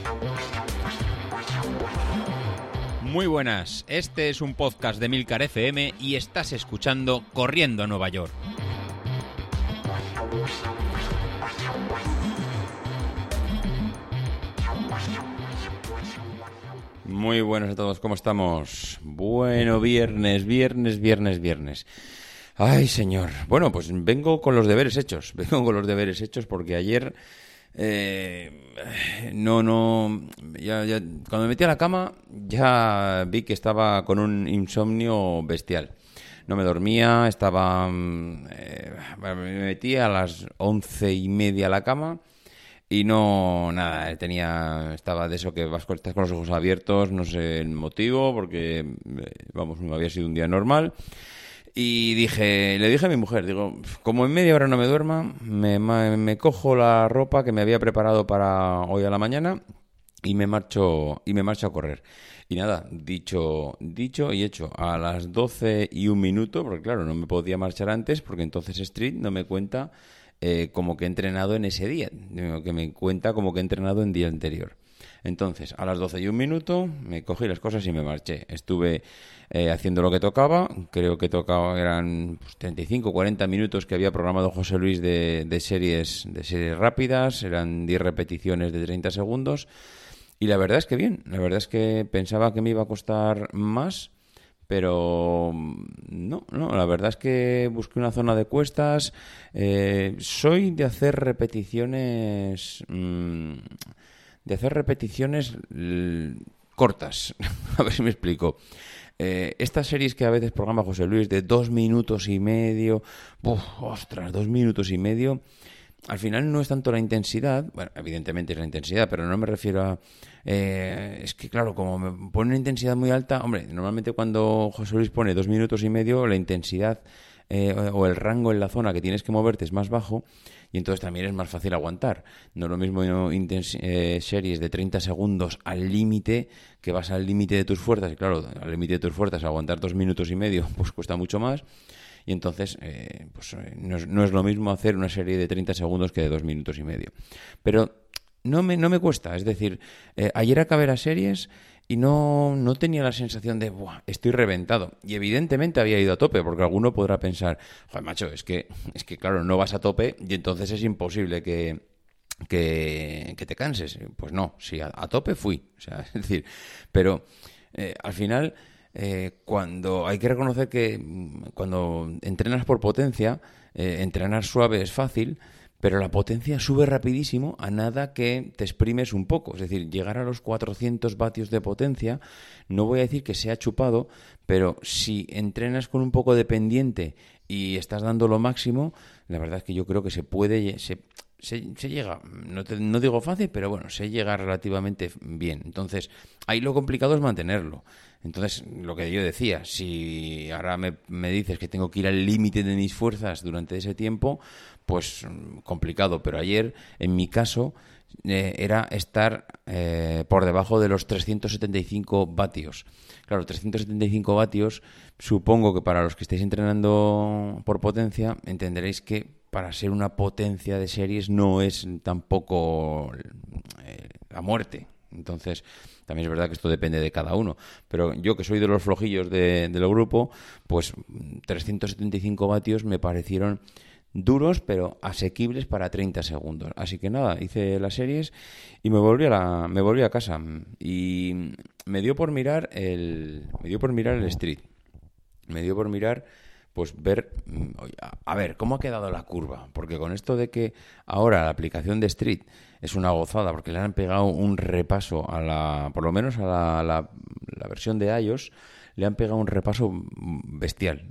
Muy buenas, este es un podcast de Milcar FM y estás escuchando Corriendo a Nueva York. Muy buenas a todos, ¿cómo estamos? Bueno, viernes. Ay, señor. Bueno, pues vengo con los deberes hechos porque ayer... cuando me metí a la cama ya vi que estaba con un insomnio bestial. No me dormía, me metí a las 11:30 a la cama y estaba de eso que estás con los ojos abiertos, no sé el motivo, porque no había sido un día normal. Y le dije a mi mujer, digo, como en media hora no me duerma, me cojo la ropa que me había preparado para hoy a la mañana y me marcho a correr. Y nada, dicho y hecho, a las 12:01, porque claro, no me podía marchar antes, porque entonces Street no me cuenta como que he entrenado en ese día, que me cuenta como que he entrenado en día anterior. Entonces, a las 12:01 me cogí las cosas y me marché. Estuve haciendo lo que tocaba. Creo que eran 35 o 40 minutos que había programado José Luis de series rápidas. Eran 10 repeticiones de 30 segundos. Y la verdad es que bien. La verdad es que pensaba que me iba a costar más, pero no, la verdad es que busqué una zona de cuestas. Soy de hacer repeticiones... cortas. A ver si me explico. Estas series que a veces programa José Luis de 2 minutos y medio... 2 minutos y medio... Al final no es tanto la intensidad, bueno, evidentemente es la intensidad, pero no me refiero a... es que claro, como me pone una intensidad muy alta, hombre, normalmente cuando José Luis pone 2 minutos y medio, la intensidad o el rango en la zona que tienes que moverte es más bajo y entonces también es más fácil aguantar. No es lo mismo series de 30 segundos al límite, que vas al límite de tus fuerzas, y claro, al límite de tus fuerzas aguantar 2 minutos y medio pues cuesta mucho más. Y entonces, no es lo mismo hacer una serie de 30 segundos que de 2 minutos y medio. Pero no me cuesta. Es decir, ayer acabé las series y no tenía la sensación de, ¡buah!, estoy reventado. Y evidentemente había ido a tope, porque alguno podrá pensar, joder, macho, es que claro, no vas a tope y entonces es imposible que te canses. Pues no, sí, a tope fui. O sea, es decir, pero al final... cuando hay que reconocer que cuando entrenas por potencia, entrenar suave es fácil, pero la potencia sube rapidísimo a nada que te exprimes un poco. Es decir, llegar a los 400 vatios de potencia, no voy a decir que sea chupado, pero si entrenas con un poco de pendiente y estás dando lo máximo, la verdad es que yo creo que se llega, no digo fácil, pero bueno, se llega relativamente bien. Entonces, ahí lo complicado es mantenerlo. Entonces, lo que yo decía, si ahora me dices que tengo que ir al límite de mis fuerzas durante ese tiempo, pues complicado. Pero ayer, en mi caso, era estar por debajo de los 375 vatios. Claro, 375 vatios, supongo que para los que estéis entrenando por potencia, entenderéis que para ser una potencia de series no es tampoco la muerte. Entonces, también es verdad que esto depende de cada uno. Pero yo, que soy de los flojillos del grupo, pues 375 vatios me parecieron duros, pero asequibles para 30 segundos. Así que nada, hice las series y me volví a casa. Y me dio por mirar el Street. Me dio por mirar... pues ver, a ver, cómo ha quedado la curva, porque con esto de que ahora la aplicación de Street es una gozada, porque le han pegado un repaso por lo menos a la versión de iOS, le han pegado un repaso bestial.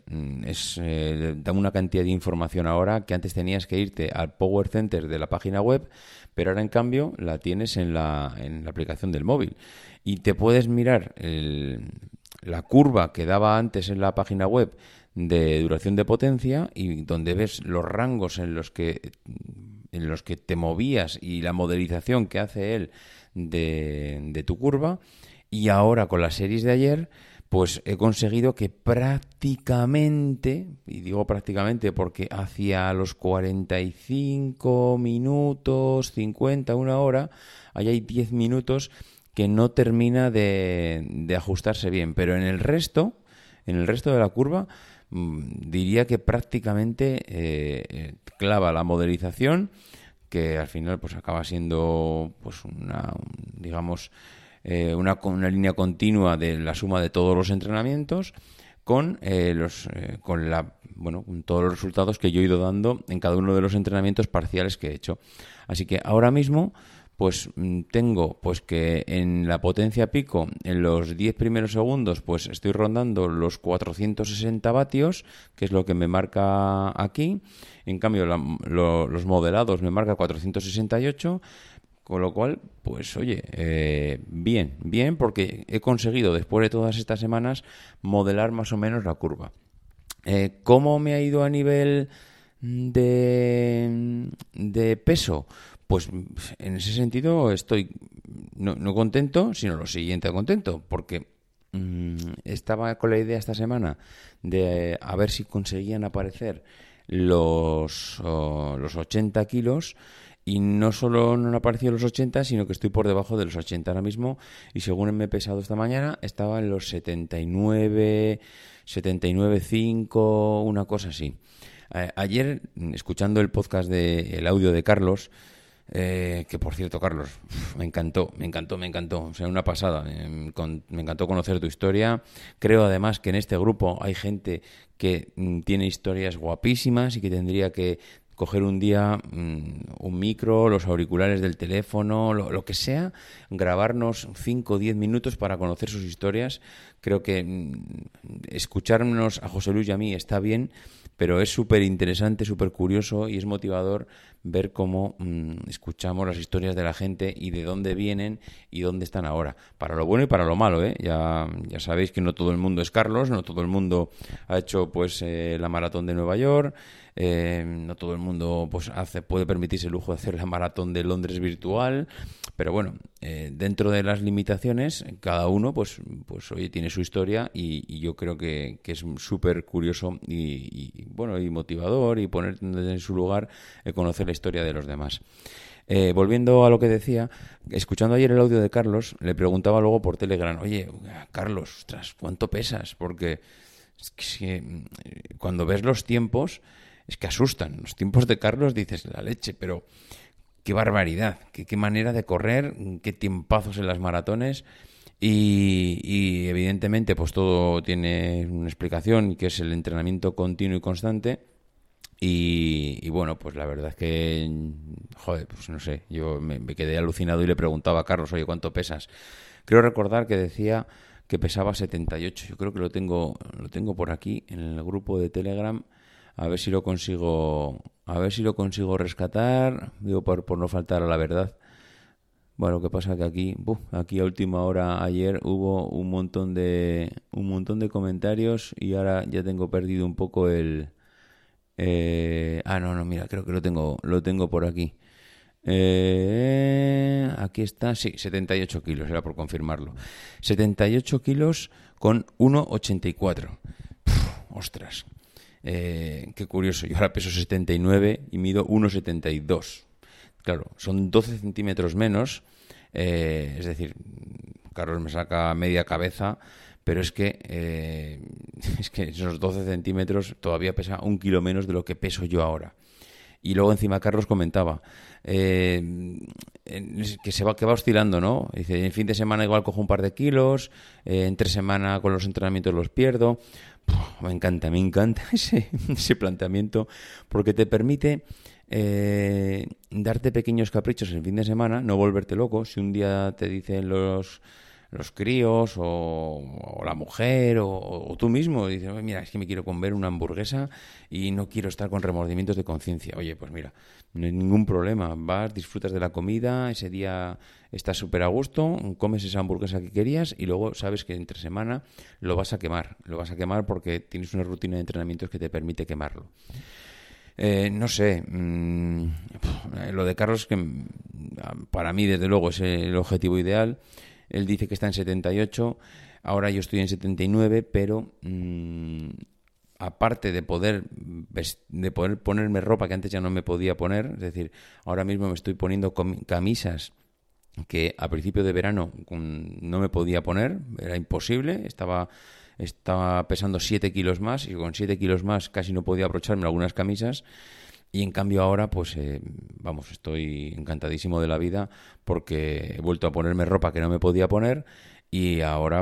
Da una cantidad de información ahora que antes tenías que irte al Power Center de la página web, pero ahora en cambio la tienes en la aplicación del móvil. Y te puedes mirar la curva que daba antes en la página web de duración de potencia y donde ves los rangos en los que te movías y la modelización que hace él de tu curva. Y ahora con las series de ayer pues he conseguido que prácticamente, y digo prácticamente porque hacia los 45 minutos, 50, una hora, ahí hay 10 minutos que no termina de ajustarse bien, pero en el resto de la curva, diría que prácticamente clava la modelización, que al final pues acaba siendo pues digamos una línea continua de la suma de todos los entrenamientos con con todos los resultados que yo he ido dando en cada uno de los entrenamientos parciales que he hecho. Así que ahora mismo pues tengo pues que en la potencia pico, en los 10 primeros segundos, pues estoy rondando los 460 vatios, que es lo que me marca aquí. En cambio, los modelados me marca 468, con lo cual, pues oye, bien, porque he conseguido, después de todas estas semanas, modelar más o menos la curva. ¿Cómo me ha ido a nivel de peso? Pues en ese sentido estoy no contento, sino lo siguiente contento, porque estaba con la idea esta semana de a ver si conseguían aparecer los 80 kilos, y no solo no han aparecido los 80, sino que estoy por debajo de los 80 ahora mismo, y según me he pesado esta mañana estaba en los 79, 79,5, una cosa así. Ayer, escuchando el podcast el audio de Carlos, que por cierto, Carlos, me encantó, o sea, una pasada, me encantó conocer tu historia. Creo además que en este grupo hay gente que tiene historias guapísimas y que tendría que coger un día un micro, los auriculares del teléfono, lo que sea, grabarnos 5 o 10 minutos para conocer sus historias. Creo que escucharnos a José Luis y a mí está bien, pero es súper interesante, súper curioso y es motivador ver cómo escuchamos las historias de la gente y de dónde vienen y dónde están ahora. Para lo bueno y para lo malo, ¿eh? Ya sabéis que no todo el mundo es Carlos, no todo el mundo ha hecho pues la maratón de Nueva York, no todo el mundo pues puede permitirse el lujo de hacer la maratón de Londres virtual, pero bueno, dentro de las limitaciones, cada uno pues oye, tiene su historia y yo creo que es súper curioso y bueno, y motivador, y ponerte en su lugar, conocer la historia de los demás. Volviendo a lo que decía, escuchando ayer el audio de Carlos, le preguntaba luego por Telegram, oye, Carlos, ostras, ¿cuánto pesas? Porque es que cuando ves los tiempos, es que asustan. Los tiempos de Carlos dices, la leche, pero qué barbaridad, qué manera de correr, qué tiempazos en las maratones. Y evidentemente pues todo tiene una explicación, que es el entrenamiento continuo y constante. Y bueno, pues la verdad es que, joder, pues no sé, yo me quedé alucinado y le preguntaba a Carlos, oye, ¿cuánto pesas? Creo recordar que decía que pesaba 78. Yo creo que lo tengo por aquí en el grupo de Telegram. A ver si lo consigo rescatar, digo, por no faltar a la verdad. Bueno, lo que pasa es que aquí a última hora ayer hubo un montón de comentarios y ahora ya tengo perdido un poco el no, mira, creo que lo tengo por aquí. Aquí está, sí, 78 kilos, era por confirmarlo. 78 kilos con 1,84. Ostras, qué curioso. Yo ahora peso 79 y mido 1,72. Claro, son 12 centímetros menos. Es decir, Carlos me saca media cabeza, pero es que esos 12 centímetros todavía pesa 1 kilo menos de lo que peso yo ahora. Y luego encima Carlos comentaba que va oscilando, ¿no? Dice, en fin de semana igual cojo un par de kilos, entre semana con los entrenamientos los pierdo. Me encanta ese planteamiento, porque te permite darte pequeños caprichos el fin de semana, no volverte loco. Si un día te dicen los críos o la mujer o tú mismo dices, mira, es que me quiero comer una hamburguesa y no quiero estar con remordimientos de conciencia. Oye, pues mira, no hay ningún problema. Vas, disfrutas de la comida, ese día estás súper a gusto, comes esa hamburguesa que querías y luego sabes que entre semana lo vas a quemar. Lo vas a quemar porque tienes una rutina de entrenamientos que te permite quemarlo. No sé, lo de Carlos, que para mí desde luego es el objetivo ideal. Él dice que está en 78. Ahora yo estoy en 79, pero aparte de poder ponerme ropa que antes ya no me podía poner, es decir, ahora mismo me estoy poniendo camisas que a principio de verano no me podía poner, era imposible, estaba pesando 7 kilos más y con 7 kilos más casi no podía abrocharme algunas camisas. Y en cambio ahora, pues, estoy encantadísimo de la vida porque he vuelto a ponerme ropa que no me podía poner y ahora,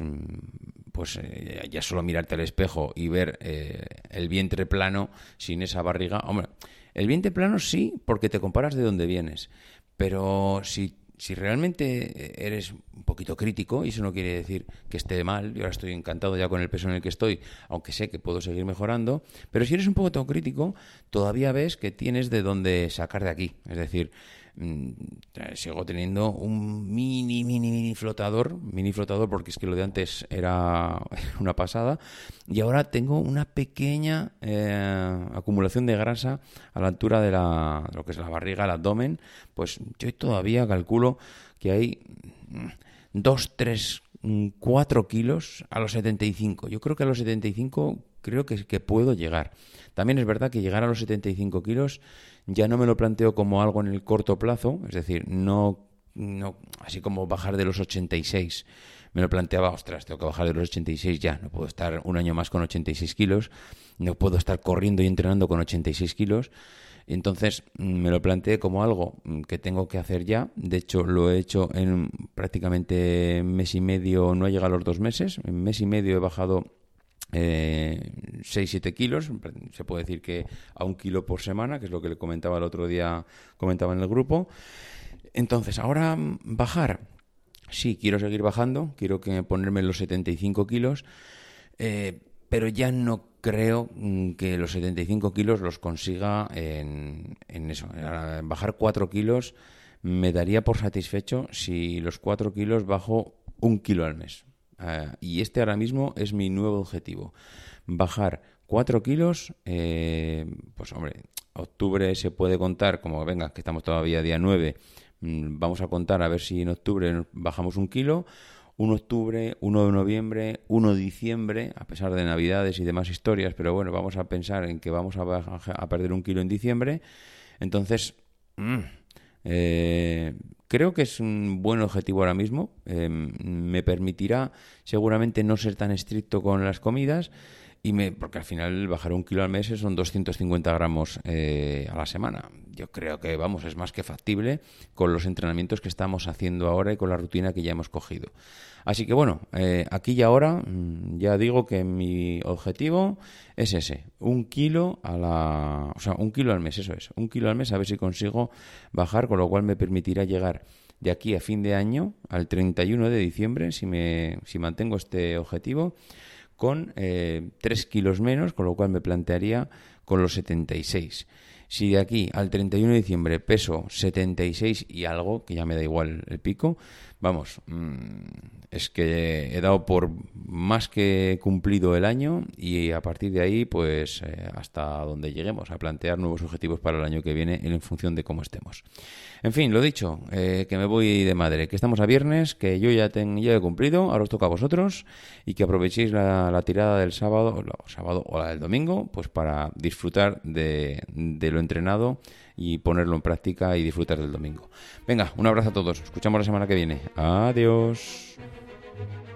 ya solo mirarte al espejo y ver el vientre plano sin esa barriga. Hombre, el vientre plano sí, porque te comparas de dónde vienes, pero si realmente eres un poquito crítico, y eso no quiere decir que esté mal, yo ahora estoy encantado ya con el peso en el que estoy, aunque sé que puedo seguir mejorando, pero si eres un poco crítico, todavía ves que tienes de dónde sacar de aquí. Es decir, sigo teniendo un mini flotador, porque es que lo de antes era una pasada, y ahora tengo una pequeña acumulación de grasa a la altura de lo que es la barriga, el abdomen. Pues yo todavía calculo que hay 2, 3, 4 kilos a los 75. Yo creo que a los 75 creo que puedo llegar. También es verdad que llegar a los 75 kilos ya no me lo planteo como algo en el corto plazo, es decir, no así como bajar de los 86. Me lo planteaba, ostras, tengo que bajar de los 86 ya, no puedo estar un año más con 86 kilos, no puedo estar corriendo y entrenando con 86 kilos. Entonces me lo planteé como algo que tengo que hacer ya. De hecho, lo he hecho en prácticamente mes y medio, no he llegado a los 2 meses. En mes y medio he bajado 6-7 kilos. Se puede decir que a 1 kilo por semana, que es lo que le comentaba el otro día, comentaba en el grupo. Entonces, ahora bajar. Sí, quiero seguir bajando, quiero ponerme los 75 kilos, pero ya no creo que los 75 kilos los consiga en eso. Bajar 4 kilos me daría por satisfecho si los 4 kilos bajo 1 kilo al mes. Y este ahora mismo es mi nuevo objetivo. Bajar 4 kilos, pues hombre, octubre se puede contar como, venga, que estamos todavía día 9, vamos a contar a ver si en octubre bajamos 1 kilo. 1 octubre, 1 de noviembre, 1 de diciembre, a pesar de Navidades y demás historias, pero bueno, vamos a pensar en que vamos a perder 1 kilo en diciembre. Entonces, creo que es un buen objetivo ahora mismo. Me permitirá seguramente no ser tan estricto con las comidas, porque al final bajar 1 kilo al mes son 250 gramos a la semana. Yo creo que, es más que factible con los entrenamientos que estamos haciendo ahora y con la rutina que ya hemos cogido. Así que bueno, aquí y ahora ya digo que mi objetivo es ese, 1 kilo 1 kilo al mes, eso es, 1 kilo al mes, a ver si consigo bajar, con lo cual me permitirá llegar de aquí a fin de año, al 31 de diciembre, si mantengo este objetivo, con 3 kilos menos, con lo cual me plantearía con los 76. Si de aquí al 31 de diciembre peso 76 y algo, que ya me da igual el pico, es que he dado por más que cumplido el año, y a partir de ahí, pues hasta donde lleguemos, a plantear nuevos objetivos para el año que viene en función de cómo estemos. En fin, lo dicho, que me voy de madre, que estamos a viernes, que yo ya he cumplido, ahora os toca a vosotros, y que aprovechéis la tirada del sábado o la del domingo, pues para disfrutar de lo entrenado y ponerlo en práctica y disfrutar del domingo. Venga, un abrazo a todos, escuchamos la semana que viene. Adiós.